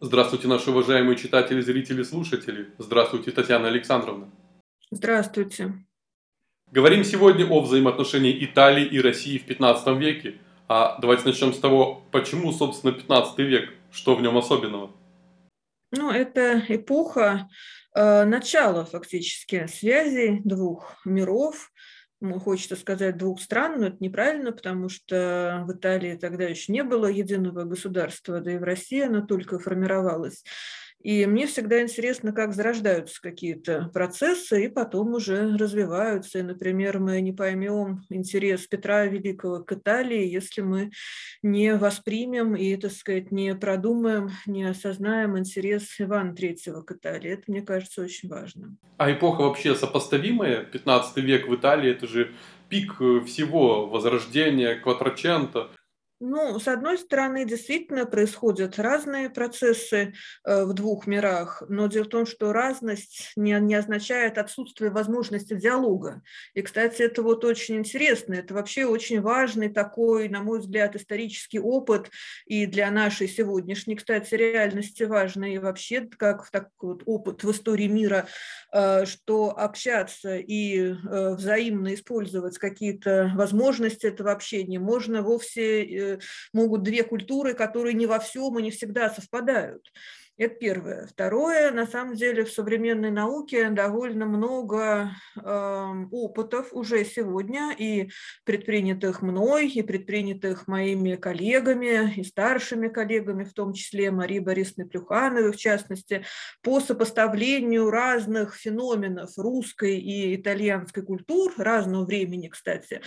Здравствуйте, наши уважаемые читатели, зрители, слушатели. Здравствуйте, Татьяна Александровна. Здравствуйте. Говорим сегодня о взаимоотношении Италии и России в 15 веке. Давайте начнем с того, почему, собственно, 15 век, что в нем особенного. Ну, это эпоха начала фактически связи двух миров. Хочется сказать двух стран, но это неправильно, потому что в Италии тогда еще не было единого государства, да и в России оно только формировалось. И мне всегда интересно, как зарождаются какие-то процессы и потом уже развиваются. И, например, мы не поймем интерес Петра Великого к Италии, если мы не воспримем и, так сказать, не продумаем, не осознаем интерес Ивана Третьего к Италии. Это, мне кажется, очень важно. А эпоха вообще сопоставимая? 15 век в Италии – это же пик всего, возрождения, Кватраченто. Ну, с одной стороны, действительно происходят разные процессы в двух мирах, но дело в том, что разность не означает отсутствие возможности диалога. И, кстати, это вот очень интересно, это вообще очень важный такой, на мой взгляд, исторический опыт и для нашей сегодняшней, кстати, реальности важный, и вообще как такой вот опыт в истории мира, что общаться и взаимно использовать какие-то возможности этого общения можно вовсе могут две культуры, которые не во всем и не всегда совпадают. Это первое. Второе, на самом деле в современной науке довольно много опытов уже сегодня и предпринятых мной, и предпринятых моими коллегами, и старшими коллегами, в том числе Марией Борисовной Плюхановой, в частности, по сопоставлению разных феноменов русской и итальянской культур разного времени, кстати,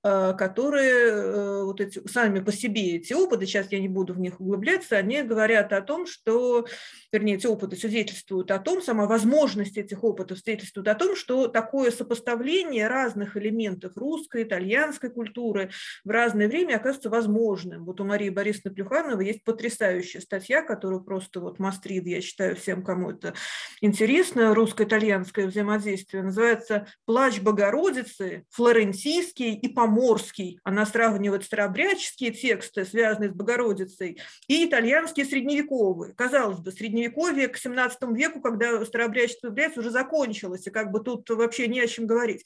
которые вот эти, сами по себе эти опыты, сейчас я не буду в них углубляться, они говорят о том, что, вернее, эти опыты свидетельствуют о том, сама возможность этих опытов свидетельствует о том, что такое сопоставление разных элементов русской, итальянской культуры в разное время оказывается возможным. Вот у Марии Борисовны Плюхановой есть потрясающая статья, которую просто вот мастрид, я считаю, всем, кому это интересно, русско-итальянское взаимодействие, называется «Плач Богородицы, флорентийский и поморский». Она сравнивает старообрядческие тексты, связанные с Богородицей, и итальянские средневековые. Казалось бы, средневековье к XVII веку, когда старообрядчество является, уже закончилось, и как бы тут вообще не о чем говорить.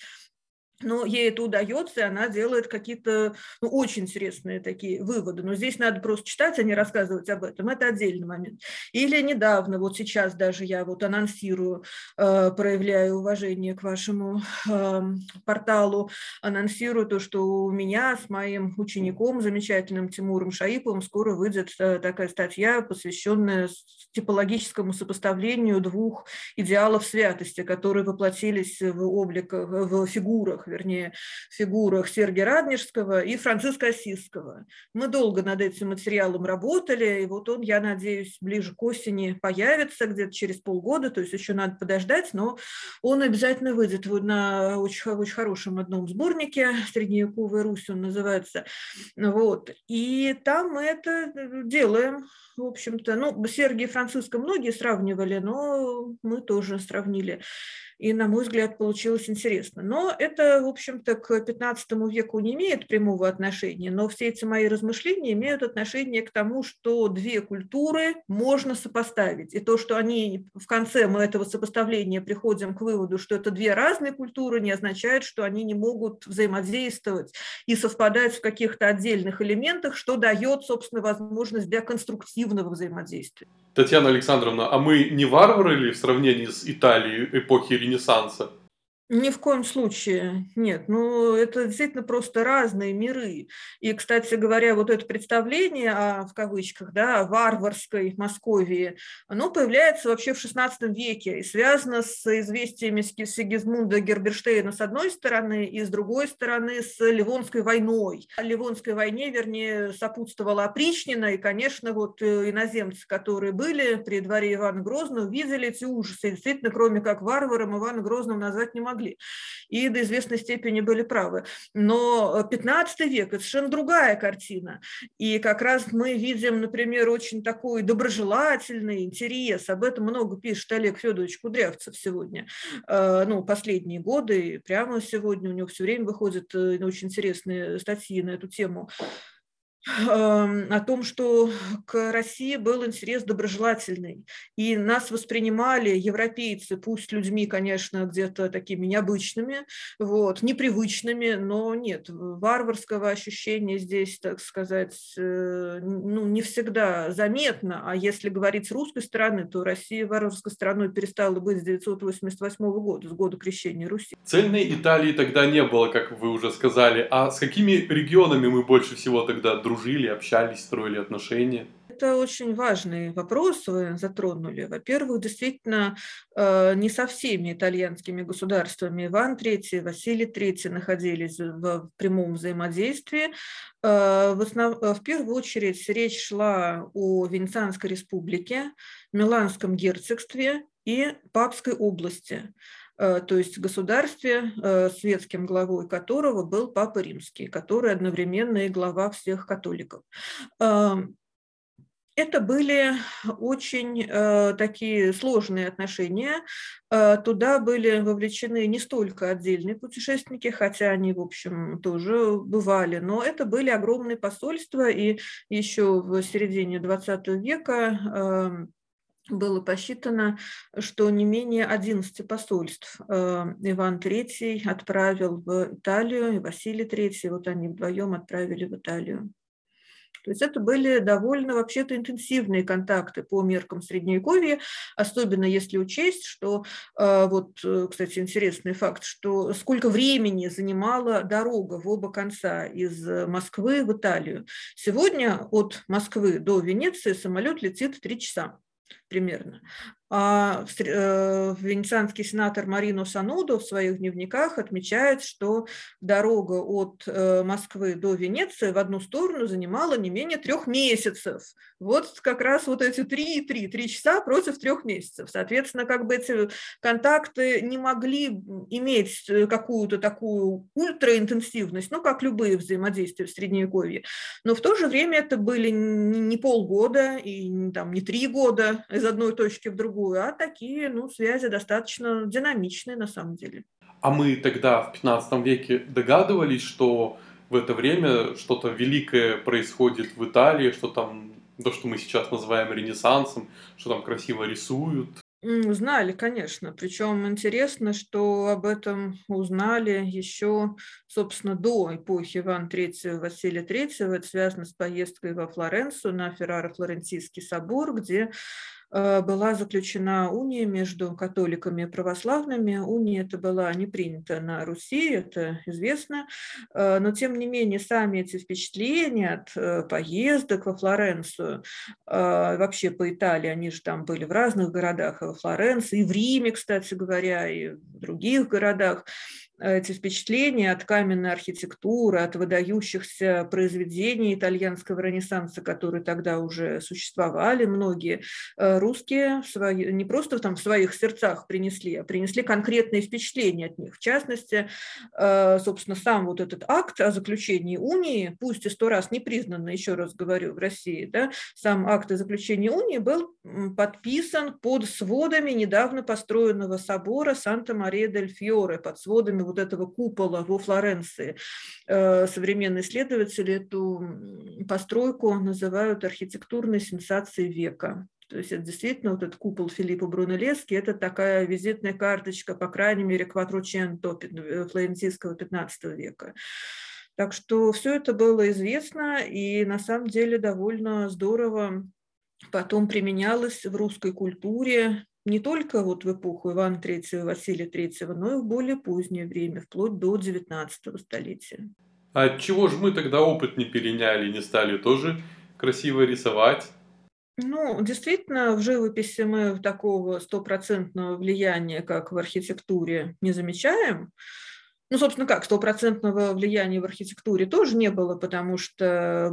Но ей это удается, и она делает какие-то очень интересные такие выводы. Но здесь надо просто читать, а не рассказывать об этом. Это отдельный момент. Или недавно, вот сейчас даже я вот анонсирую, проявляю уважение к вашему порталу, анонсирую то, что у меня с моим учеником, замечательным Тимуром Шаиповым, скоро выйдет такая статья, посвященная типологическому сопоставлению двух идеалов святости, которые воплотились в обликах, в фигурах, вернее, фигурах Сергия Радонежского и Франциска Осиского. Мы долго над этим материалом работали, и вот он, я надеюсь, ближе к осени появится, где-то через полгода, то есть еще надо подождать, но он обязательно выйдет на очень хорошем одном сборнике «Средневековая Русь», он называется. Вот. И там мы это делаем, в общем-то. Ну, Сергия и Франциска многие сравнивали, но мы тоже сравнили. И, на мой взгляд, получилось интересно. Но это, в общем-то, к XV веку не имеет прямого отношения, но все эти мои размышления имеют отношение к тому, что две культуры можно сопоставить. И то, что они в конце мы этого сопоставления приходим к выводу, что это две разные культуры, не означает, что они не могут взаимодействовать и совпадать в каких-то отдельных элементах, что дает, собственно, возможность для конструктивного взаимодействия. Татьяна Александровна, а мы не варвары ли в сравнении с Италией эпохи Ренессанса? Ни в коем случае нет. Ну, это действительно просто разные миры. И, кстати говоря, вот это представление, в кавычках, да, о варварской Московии, оно появляется вообще в XVI веке и связано с известиями Сигизмунда Герберштейна с одной стороны и с другой стороны с Ливонской войной. Ливонской войне, вернее, сопутствовала опричнина, и, конечно, вот иноземцы, которые были при дворе Ивана Грозного, видели эти ужасы. И действительно, кроме как варваром, Ивана Грозного назвать не могли. И до известной степени были правы. Но XV век – это совершенно другая картина. И как раз мы видим, например, очень такой доброжелательный интерес. Об этом много пишет Олег Федорович Кудрявцев сегодня. Ну, последние годы, и прямо сегодня у него все время выходят очень интересные статьи на эту тему. о том, что к России был интерес доброжелательный, и нас воспринимали европейцы, пусть людьми, конечно, где-то такими необычными, вот, непривычными, но нет, варварского ощущения здесь, так сказать, ну, не всегда заметно, а если говорить с русской стороны, то Россия варварской страной перестала быть с 988 года, с года крещения Руси. Цельной Италии тогда не было, как вы уже сказали. А с какими регионами мы больше всего тогда дружили, общались, строили отношения? Это очень важный вопрос вы затронули. Во-первых, действительно, не со всеми итальянскими государствами Иван III, Василий III находились в прямом взаимодействии. В первую очередь речь шла о Венецианской республике, Миланском герцогстве и Папской области, то есть государстве, светским главой которого был Папа Римский, который одновременно и глава всех католиков. Это были очень такие сложные отношения. Туда были вовлечены не столько отдельные путешественники, хотя они, в общем, тоже бывали, но это были огромные посольства, и еще в середине XX века было посчитано, что не менее 11 посольств Иван III отправил в Италию, и Василий III, вот они вдвоем отправили в Италию. То есть это были довольно вообще-то интенсивные контакты по меркам Средневековья, особенно если учесть, что, кстати, интересный факт, что сколько времени занимала дорога в оба конца из Москвы в Италию. Сегодня от Москвы до Венеции самолет летит 3 часа примерно. А венецианский сенатор Марино Санудо в своих дневниках отмечает, что дорога от Москвы до Венеции в одну сторону занимала не менее 3 месяцев. Вот как раз вот эти 3 часа против 3 месяцев. Соответственно, как бы эти контакты не могли иметь какую-то такую ультраинтенсивность, ну, как любые взаимодействия в Средневековье. Но в то же время это были не полгода и там, не 3 года из одной точки в другую, а такие, ну, связи достаточно динамичные на самом деле. А мы тогда в 15 веке догадывались, что в это время что-то великое происходит в Италии, что там то, что мы сейчас называем Ренессансом, что там красиво рисуют. Знали, конечно. Причем интересно, что об этом узнали еще, собственно, до эпохи Ивана III, Василия III. Это связано с поездкой во Флоренцию на Ферраро-Флорентийский собор, где была заключена уния между католиками и православными. Уния эта была не принята на Руси, это известно, но тем не менее сами эти впечатления от поездок во Флоренцию, вообще по Италии, они же там были в разных городах, и во Флоренции, и в Риме, кстати говоря, и в других городах, эти впечатления от каменной архитектуры, от выдающихся произведений итальянского ренессанса, которые тогда уже существовали, многие русские не просто там в своих сердцах принесли, а принесли конкретные впечатления от них. В частности, собственно, сам вот этот акт о заключении унии, пусть и 100 раз не признанный, еще раз говорю, в России, да, сам акт о заключении унии был подписан под сводами недавно построенного собора Санта-Мария-дель-Фьоре, под сводами вот этого купола во Флоренции. Современные исследователи эту постройку называют архитектурной сенсацией века. То есть это действительно вот этот купол Филиппо Брунеллески, это такая визитная карточка, по крайней мере, Кватроченто флорентийского 15 века. Так что все это было известно и на самом деле довольно здорово потом применялось в русской культуре не только вот в эпоху Ивана III, Василия III, но и в более позднее время, вплоть до XIX столетия. А чего же мы тогда опыт не переняли, не стали тоже красиво рисовать? Ну, действительно, в живописи мы такого стопроцентного влияния, как в архитектуре, не замечаем. Ну, собственно, как, стопроцентного влияния в архитектуре тоже не было, потому что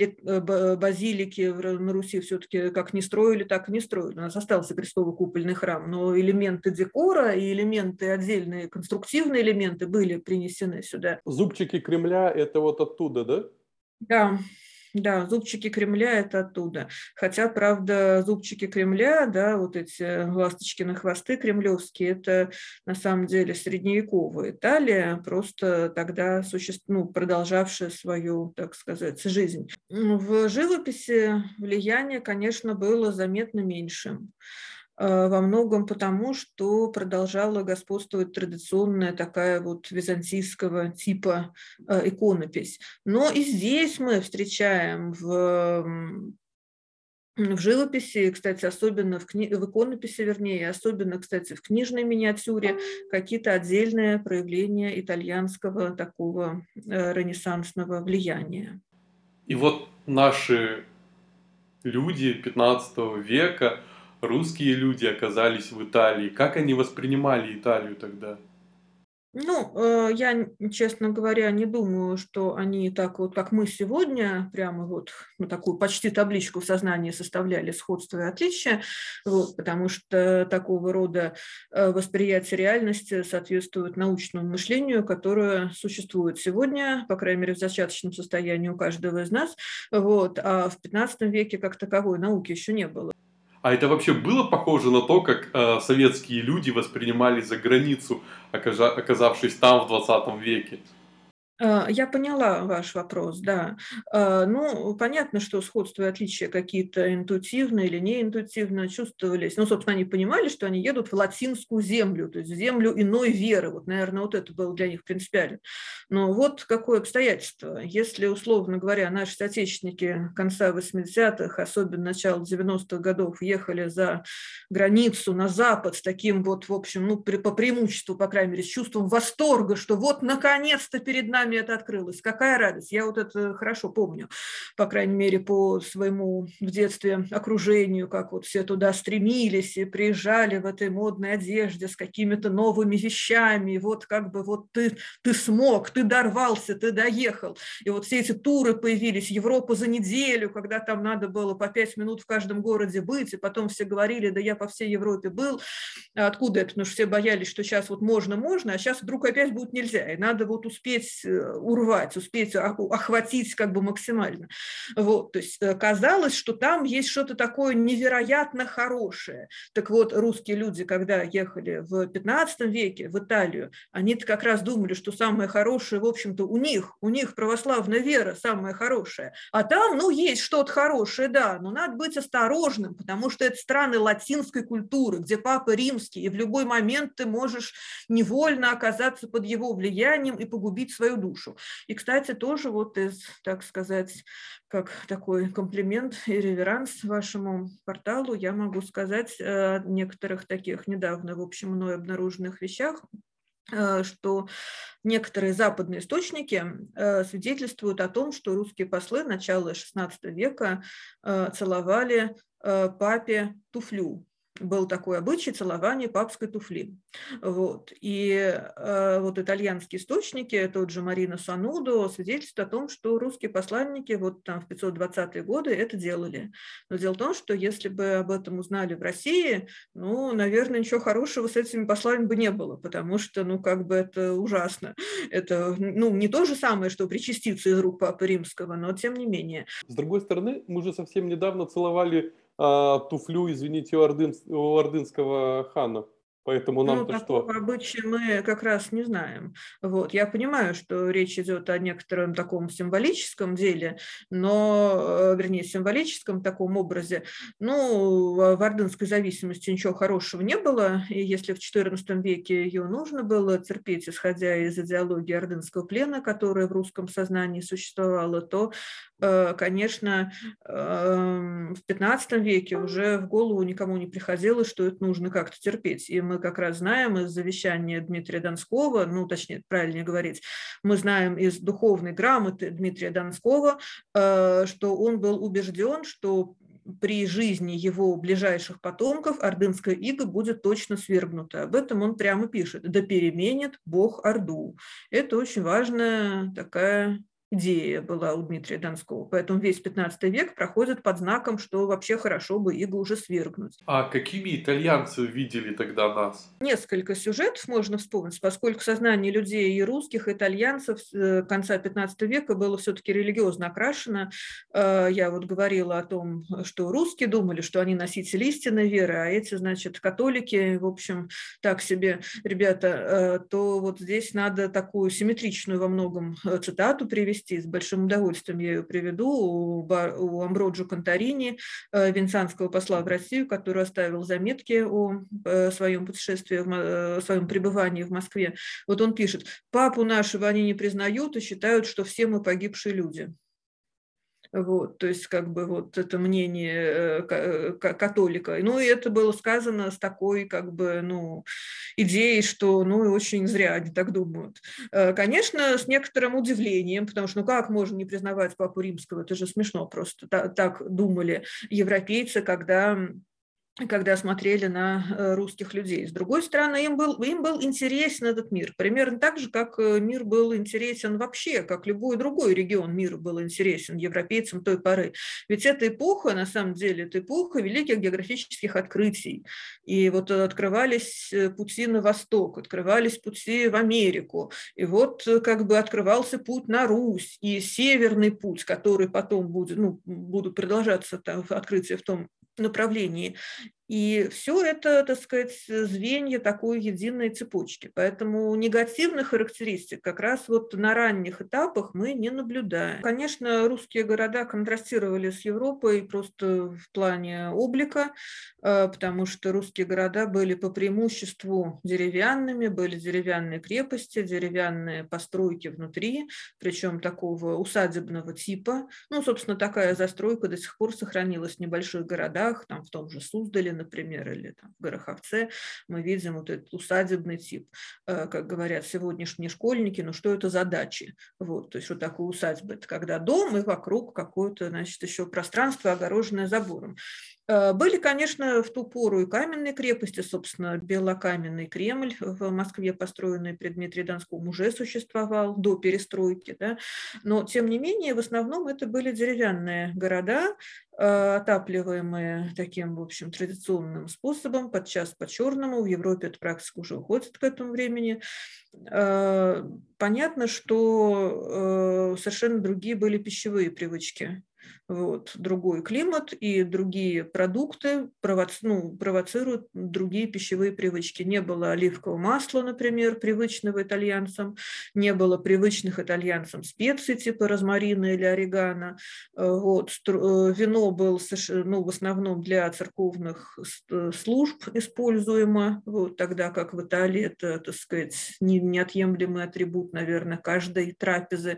базилики на Руси все-таки как не строили, так и не строили. У нас остался крестово-купольный храм, но элементы декора и элементы, отдельные конструктивные элементы были принесены сюда. Зубчики Кремля это вот оттуда, да? Да, Да, зубчики Кремля – это оттуда. Хотя, правда, зубчики Кремля, да, вот эти ласточкины хвосты кремлевские, это на самом деле средневековая Италия, просто тогда ну, продолжавшая свою, так сказать, жизнь. В живописи влияние, конечно, было заметно меньшим. Во многом потому, что продолжала господствовать традиционная такая вот византийского типа иконопись. Но и здесь мы встречаем в живописи, кстати, особенно в иконописи, вернее, особенно, кстати, в книжной миниатюре, какие-то отдельные проявления итальянского такого ренессансного влияния. И вот наши люди 15 века, русские люди оказались в Италии. Как они воспринимали Италию тогда? Ну, я, честно говоря, не думаю, что они так вот, как мы сегодня, прямо вот ну, такую почти табличку в сознании составляли сходства и отличия, вот, потому что такого рода восприятие реальности соответствует научному мышлению, которое существует сегодня, по крайней мере, в зачаточном состоянии у каждого из нас, вот, а в 15 веке как таковой науки еще не было. А это вообще было похоже на то, как советские люди воспринимали за границу, оказавшись там в 20 веке? Я поняла ваш вопрос, да. Ну, понятно, что сходства и отличия какие-то интуитивно или неинтуитивно чувствовались. Ну, собственно, они понимали, что они едут в латинскую землю, то есть в землю иной веры. Вот, наверное, вот это было для них принципиально. Но вот какое обстоятельство. Если, условно говоря, наши соотечественники конца 80-х, особенно начала 90-х годов, ехали за границу на Запад с таким вот, в общем, ну, по преимуществу, по крайней мере, с чувством восторга, что вот, наконец-то перед нами это открылось. Какая радость. Я вот это хорошо помню, по крайней мере, по своему в детстве окружению, как вот все туда стремились и приезжали в этой модной одежде с какими-то новыми вещами. И вот как бы вот ты смог, ты дорвался, ты доехал. И вот все эти туры появились, Европа за неделю, когда там надо было по 5 минут в каждом городе быть, и потом все говорили, да я по всей Европе был. А откуда это? Потому что все боялись, что сейчас вот можно, а сейчас вдруг опять будет нельзя. И надо вот успеть урвать, успеть охватить как бы максимально. Вот, то есть казалось, что там есть что-то такое невероятно хорошее. Так вот, русские люди, когда ехали в 15 веке в Италию, они-то как раз думали, что самое хорошее, в общем-то, у них православная вера самая хорошая. А там, ну, есть что-то хорошее, да, но надо быть осторожным, потому что это страны латинской культуры, где Папа Римский, и в любой момент ты можешь невольно оказаться под его влиянием и погубить свою душу. И, кстати, тоже вот из, так сказать, как такой комплимент и реверанс вашему порталу, я могу сказать о некоторых таких недавно, в общем, мной обнаруженных вещах, что некоторые западные источники свидетельствуют о том, что русские послы начала XVI века целовали папе туфлю. Был такой обычай целования папской туфли. Вот. И вот итальянские источники, тот же Марино Санудо, свидетельствуют о том, что русские посланники вот там в 520-е годы это делали. Но дело в том, что если бы об этом узнали в России, ну, наверное, ничего хорошего с этими послами бы не было, потому что, ну, как бы это ужасно. Это, ну, не то же самое, что причаститься из рук Папы Римского, но тем не менее. С другой стороны, мы же совсем недавно целовали туфлю, извините, у ордынского хана. Поэтому Ну, нам-то такого что? обычая мы как раз не знаем. Вот. Я понимаю, что речь идет о некотором таком символическом деле, но, вернее, символическом таком образе. Ну, в ордынской зависимости ничего хорошего не было, и если в XIV веке ее нужно было терпеть, исходя из идеологии ордынского плена, которая в русском сознании существовала, то, конечно, в XV веке уже в голову никому не приходило, что это нужно как-то терпеть. И мы как раз знаем из завещания Дмитрия Донского, ну, точнее, правильнее говорить, мы знаем из духовной грамоты Дмитрия Донского, что он был убежден, что при жизни его ближайших потомков ордынская ига будет точно свергнута. Об этом он прямо пишет. «Да переменит Бог Орду». Это очень важная такая идея была у Дмитрия Донского. Поэтому весь 15 век проходит под знаком, что вообще хорошо бы Игу уже свергнуть. А какими итальянцы видели тогда нас? Несколько сюжетов можно вспомнить, поскольку сознание людей и русских, и итальянцев конца 15 века было все-таки религиозно окрашено. Я вот говорила о том, что русские думали, что они носители истинной веры, а эти, значит, католики, в общем, так себе, ребята, то вот здесь надо такую симметричную во многом цитату привести, с большим удовольствием я ее приведу, у Амброджо Конторини, венецианского посла в Россию, который оставил заметки о своем путешествии, о своем пребывании в Москве. Вот он пишет: «Папу нашего они не признают и считают, что все мы погибшие люди». Вот, то есть как бы вот это мнение католика. Ну и это было сказано с такой как бы, ну, идеей, что, ну, и очень зря они так думают. Конечно, с некоторым удивлением, потому что, ну, как можно не признавать Папу Римского? Это же смешно просто. Так думали европейцы, когда смотрели на русских людей. С другой стороны, им был интересен этот мир. Примерно так же, как мир был интересен вообще, как любой другой регион мира был интересен европейцам той поры. Ведь эта эпоха, на самом деле, это эпоха великих географических открытий. И вот открывались пути на восток, открывались пути в Америку. И вот как бы открывался путь на Русь. И северный путь, который потом будет, ну, будут продолжаться там, открытия в том направлении. И все это, так сказать, звенья такой единой цепочки. Поэтому негативных характеристик как раз вот на ранних этапах мы не наблюдаем. Конечно, русские города контрастировали с Европой просто в плане облика, потому что русские города были по преимуществу деревянными, были деревянные крепости, деревянные постройки внутри, причем такого усадебного типа. Ну, собственно, такая застройка до сих пор сохранилась в небольших городах, там в том же Суздале, например, или там, в Гороховце, мы видим вот этот усадебный тип. Как говорят сегодняшние школьники, ну что это за дачи? Вот, то есть что такое усадьба? Это когда дом и вокруг какое-то, значит, еще пространство, огороженное забором. Были, конечно, в ту пору и каменные крепости, собственно, Белокаменный Кремль в Москве, построенный при Дмитрии Донском, уже существовал до перестройки, да? Но, тем не менее, в основном это были деревянные города, отапливаемые таким, в общем, традиционным способом, подчас по-черному. В Европе эта практика уже уходит к этому времени. Понятно, что совершенно другие были пищевые привычки. Вот, другой климат и другие продукты провоцируют другие пищевые привычки. Не было оливкового масла, например, привычного итальянцам, не было привычных итальянцам специй типа розмарина или орегано. Вот, вино было, ну, в основном для церковных служб используемо, вот, тогда как в Италии это, так сказать, неотъемлемый атрибут, наверное, каждой трапезы.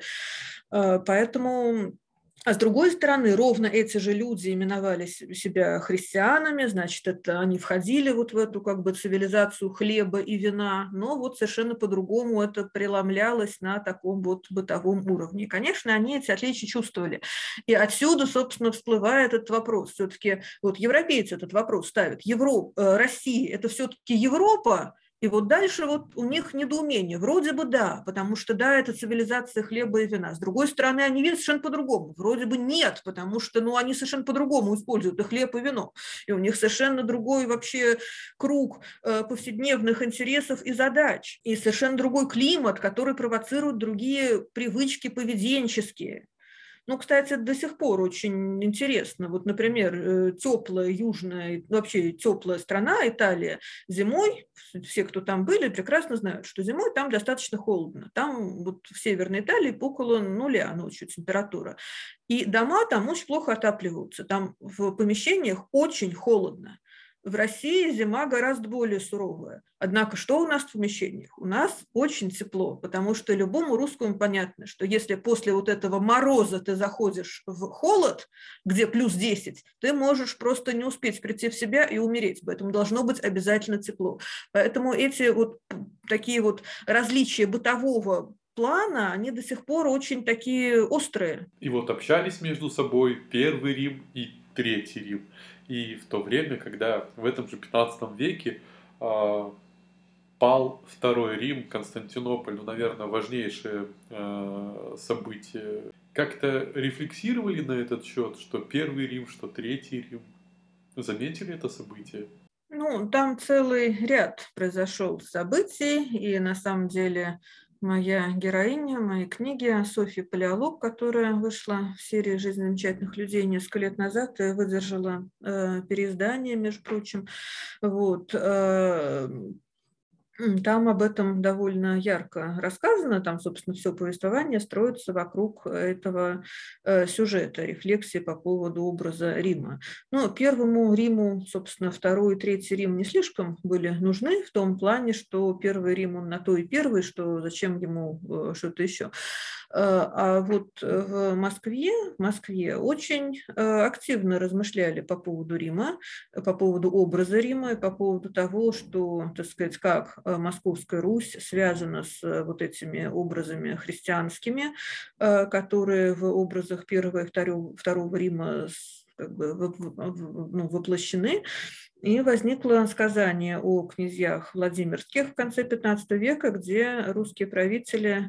Поэтому... А с другой стороны, ровно эти же люди именовали себя христианами, значит, это они входили вот в эту как бы цивилизацию хлеба и вина, но вот совершенно по-другому это преломлялось на таком вот бытовом уровне. И, конечно, они эти отличия чувствовали. И отсюда, собственно, всплывает этот вопрос. Все-таки вот европейцы этот вопрос ставят. Россия – это все-таки Европа? И вот дальше вот у них недоумение. Вроде бы да, потому что да, это цивилизация хлеба и вина. С другой стороны, они видят совершенно по-другому. Вроде бы нет, потому что ну, они совершенно по-другому используют и хлеб, и вино. И у них совершенно другой вообще круг повседневных интересов и задач. И совершенно другой климат, который провоцирует другие привычки поведенческие. Ну, кстати, это до сих пор очень интересно. Вот, например, теплая южная, вообще теплая страна, Италия, зимой, все, кто там были, прекрасно знают, что зимой там достаточно холодно. Там вот в Северной Италии около нуля ночью температура. И дома там очень плохо отапливаются. Там в помещениях очень холодно. В России зима гораздо более суровая. Однако что у нас в помещениях? У нас очень тепло, потому что любому русскому понятно, что если после вот этого мороза ты заходишь в холод, где плюс 10, ты можешь просто не успеть прийти в себя и умереть. Поэтому должно быть обязательно тепло. Поэтому эти вот такие вот различия бытового плана, они до сих пор очень такие острые. И вот общались между собой Первый Рим и Третий Рим. И в то время, когда в этом же 15 веке Пал Второй Рим, Константинополь, ну, наверное, важнейшее событие. Как-то рефлексировали на этот счет, что Первый Рим, что Третий Рим? Заметили это событие? Ну, там целый ряд произошел событий, и на самом деле моя героиня моей книги Софья Палеолог, которая вышла в серии «Жизнь замечательных людей» несколько лет назад и выдержала переиздание, между прочим, вот, там об этом довольно ярко рассказано, там, собственно, все повествование строится вокруг этого сюжета, рефлексии по поводу образа Рима. Но Первому Риму, собственно, Второй и Третий Рим не слишком были нужны в том плане, что Первый Рим, он на то и первый, что зачем ему что-то еще. А вот в Москве очень активно размышляли по поводу Рима, по поводу образа Рима и по поводу того, что, так сказать, как Московская Русь связана с вот этими образами христианскими, которые в образах Первого и Второго Рима как бы воплощены. И возникло сказание о князьях Владимирских в конце XV века, где русские правители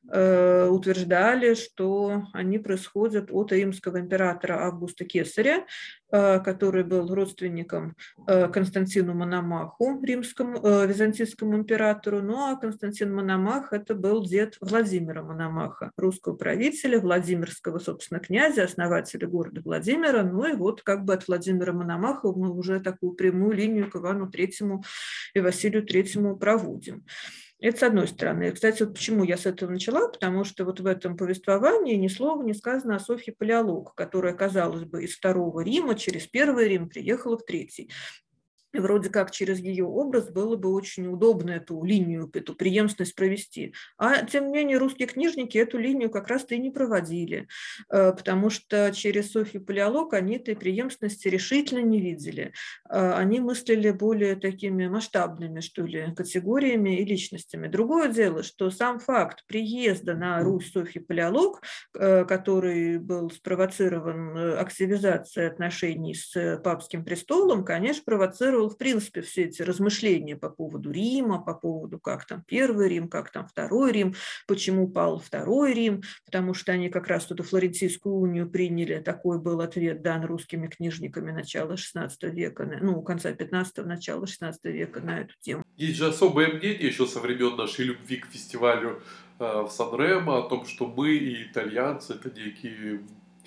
утверждали, что они происходят от римского императора Августа Кесаря, который был родственником Константину Мономаху, византийскому императору. Ну а Константин Мономах – это был дед Владимира Мономаха, русского правителя, Владимирского, собственно, князя, основателя города Владимира. Ну и вот как бы от Владимира Мономаха мы уже такую прямую линию к Ивану Третьему и Василию Третьему проводим. Это с одной стороны. И, кстати, вот почему я с этого начала, потому что вот в этом повествовании ни слова не сказано о Софье Палеолог, которая, казалось бы, из Второго Рима через Первый Рим приехала в Третий. И вроде как через ее образ было бы очень удобно эту линию, эту преемственность провести. А тем не менее русские книжники эту линию как раз-то и не проводили, потому что через Софью Палеолог они этой преемственности решительно не видели. Они мыслили более такими масштабными, что ли, категориями и личностями. Другое дело, что сам факт приезда на Русь Софьи Палеолог, который был спровоцирован активизацией отношений с папским престолом, конечно, провоцировал в принципе все эти размышления по поводу Рима, по поводу как там Первый Рим, как там Второй Рим, почему пал Второй Рим, потому что они как раз эту Флорентийскую унию приняли, такой был ответ дан русскими книжниками начала XVI века, ну, конца XV, начала XVI века на эту тему. Есть же особое мнение еще со времен нашей любви к фестивалю в Сан-Ремо о том, что мы и итальянцы это некие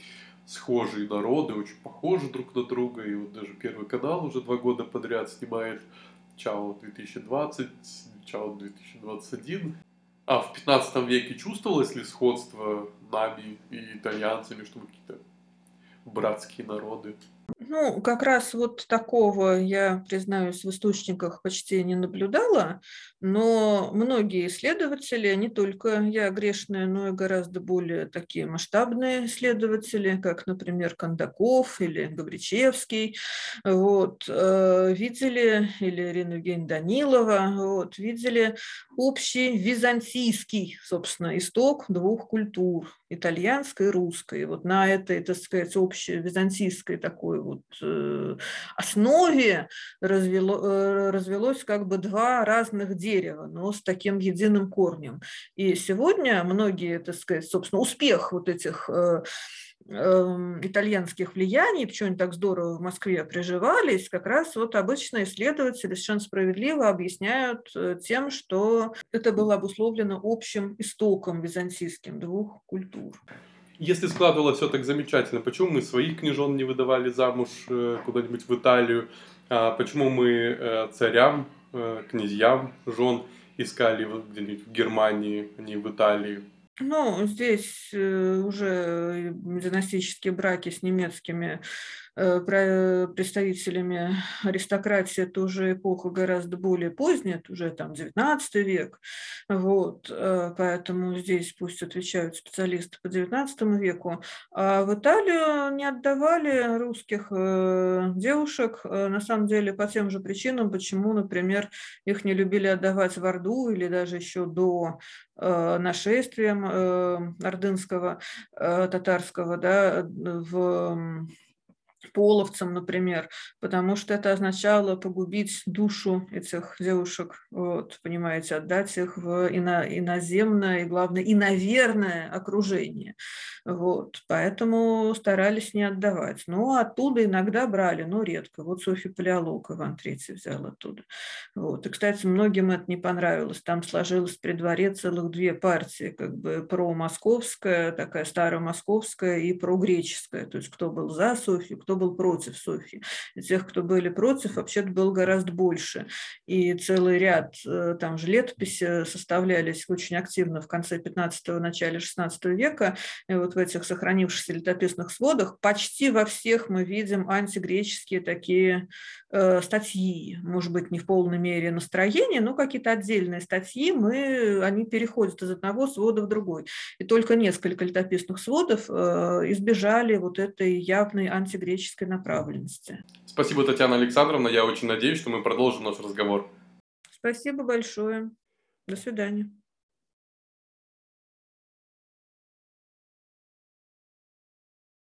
схожие народы, очень похожи друг на друга. И вот даже Первый канал уже 2 года подряд снимает Чао 2020, Чао 2021. А в 15 веке чувствовалось ли сходство нами и итальянцами, что мы какие-то братские народы? Ну, как раз вот такого, я признаюсь, в источниках почти не наблюдала, но многие исследователи, не только я грешная, но и гораздо более такие масштабные исследователи, как, например, Кондаков или Гавричевский, вот, видели, или Ирина Евгеньевна Данилова, вот, видели общий византийский, собственно, исток двух культур, итальянской и русской. Вот на этой, так сказать, общей византийской такой вот основе развелось как бы два разных дерева, но с таким единым корнем. И сегодня многие, так сказать, собственно, успех вот этих итальянских влияний, почему они так здорово в Москве приживались, как раз вот обычно исследователи совершенно справедливо объясняют тем, что это было обусловлено общим истоком византийским двух культур. Если складывалось все так замечательно, почему мы своих княжон не выдавали замуж куда-нибудь в Италию? Почему мы царям, князьям жен искали где-нибудь в Германии, а не в Италии? Ну, здесь уже династические браки с немецкими представителями аристократии, это уже эпоха гораздо более поздняя, это уже там 19 век, вот, поэтому здесь пусть отвечают специалисты по 19 веку. А в Италию не отдавали русских девушек, на самом деле по тем же причинам, почему, например, их не любили отдавать в Орду или даже еще до нашествием ордынского, татарского, да, половцам, например, потому что это означало погубить душу этих девушек, вот, понимаете, отдать их в иноземное и, главное, иноверное окружение. Вот, поэтому старались не отдавать. Но оттуда иногда брали, но редко. Вот Софья Палеолог Иван III взял оттуда. Вот. И, кстати, многим это не понравилось. Там сложилось при дворе целых две партии, как бы промосковская, такая старомосковская и прогреческая. То есть кто был за Софью, кто был против Софьи. И тех, кто были против, вообще-то было гораздо больше. И целый ряд там же летописи составлялись очень активно в конце 15-го, начале 16 века. И вот в этих сохранившихся летописных сводах почти во всех мы видим антигреческие такие статьи, может быть, не в полной мере настроения, но какие-то отдельные статьи, они переходят из одного свода в другой. И только несколько летописных сводов избежали вот этой явной антигреческой направленности. Спасибо, Татьяна Александровна. Я очень надеюсь, что мы продолжим наш разговор. Спасибо большое. До свидания.